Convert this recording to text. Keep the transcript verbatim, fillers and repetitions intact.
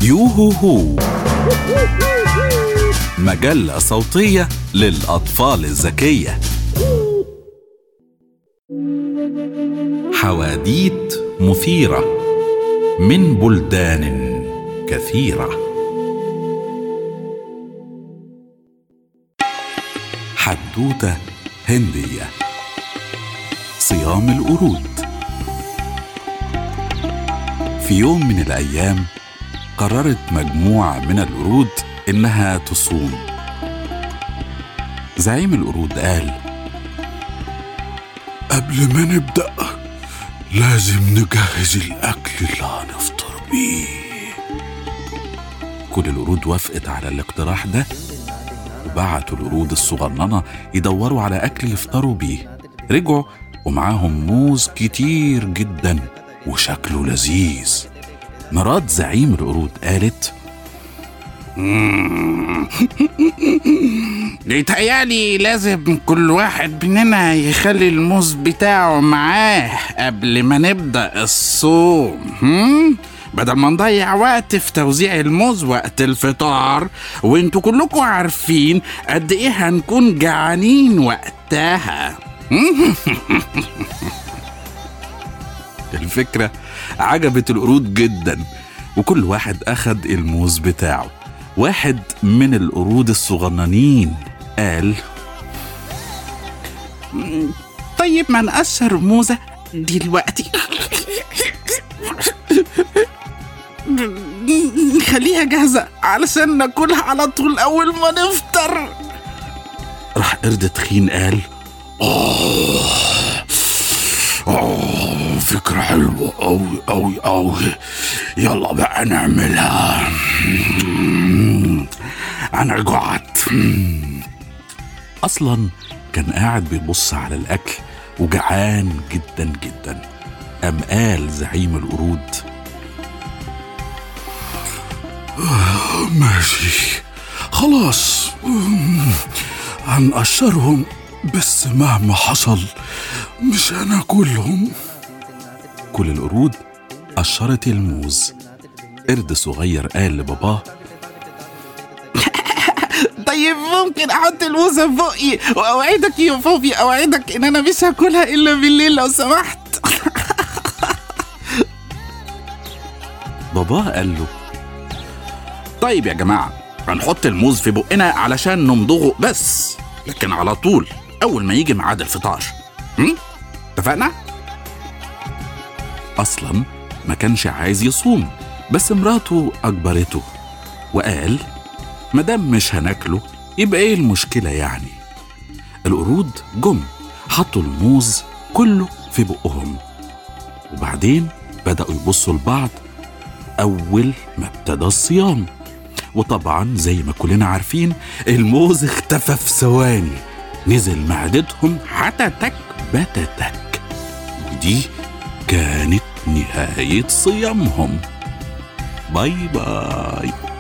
يوهو هو، مجلة صوتية للأطفال الذكية. حواديت مثيرة من بلدان كثيرة. حدوتة هندية. صيام القرود. في يوم من الأيام قررت مجموعة من القرود إنها تصوم. زعيم القرود قال: قبل ما نبدأ لازم نجهز الأكل اللي هنفطر بيه. كل القرود وافقت على الاقتراح ده، وبعتوا القرود الصغننة يدوروا على أكل يفطروا بيه. رجعوا ومعاهم موز كتير جدا وشكله لذيذ. مرات زعيم القرود قالت: بيتهيألي لازم كل واحد مننا يخلي الموز بتاعه معاه قبل ما نبدأ الصوم، هم؟ بدل ما نضيع وقت في توزيع الموز وقت الفطار، وانتوا كلكم عارفين قد ايه هنكون جعانين وقتها. الفكرة عجبت القرود جدا، وكل واحد أخد الموز بتاعه. واحد من القرود الصغننين قال: طيب ما نقشر موزة دلوقتي، نخليها جاهزة علشان ناكلها على طول أول ما نفطر. راح قرد تخين قال: آه آه فكرة حلوة أوي أوي أوي، يلا بقى نعملها، أنا جوعت. أصلا كان قاعد بيبص على الأكل وجعان جدا جدا. قام قال زعيم القرود: ماشي خلاص، هنقشرهم، بس مهما حصل مش هناكلهم. كل القرود قشرت الموز. قرد صغير قال لباباه: طيب ممكن احط الموزة في بقي واوعدك يا فوفي، اوعدك ان انا مش هاكلها الا بالليل لو سمحت. باباه قال له: طيب يا جماعة، هنحط الموز في بقنا علشان نمضغه بس، لكن على طول اول ما يجي ميعاد الفطار. هم؟ اتفقنا؟ اصلا ما كانش عايز يصوم، بس مراته اجبرته وقال: مادام مش هناكله يبقى ايه المشكلة يعني؟ القرود جم حطوا الموز كله في بقهم، وبعدين بدأوا يبصوا لبعض أول ما ابتدى الصيام. وطبعا زي ما كلنا عارفين الموز اختفى في ثواني، نزل معدتهم حتتك بتتك، ودي كانت نهاية صيامهم. باي باي.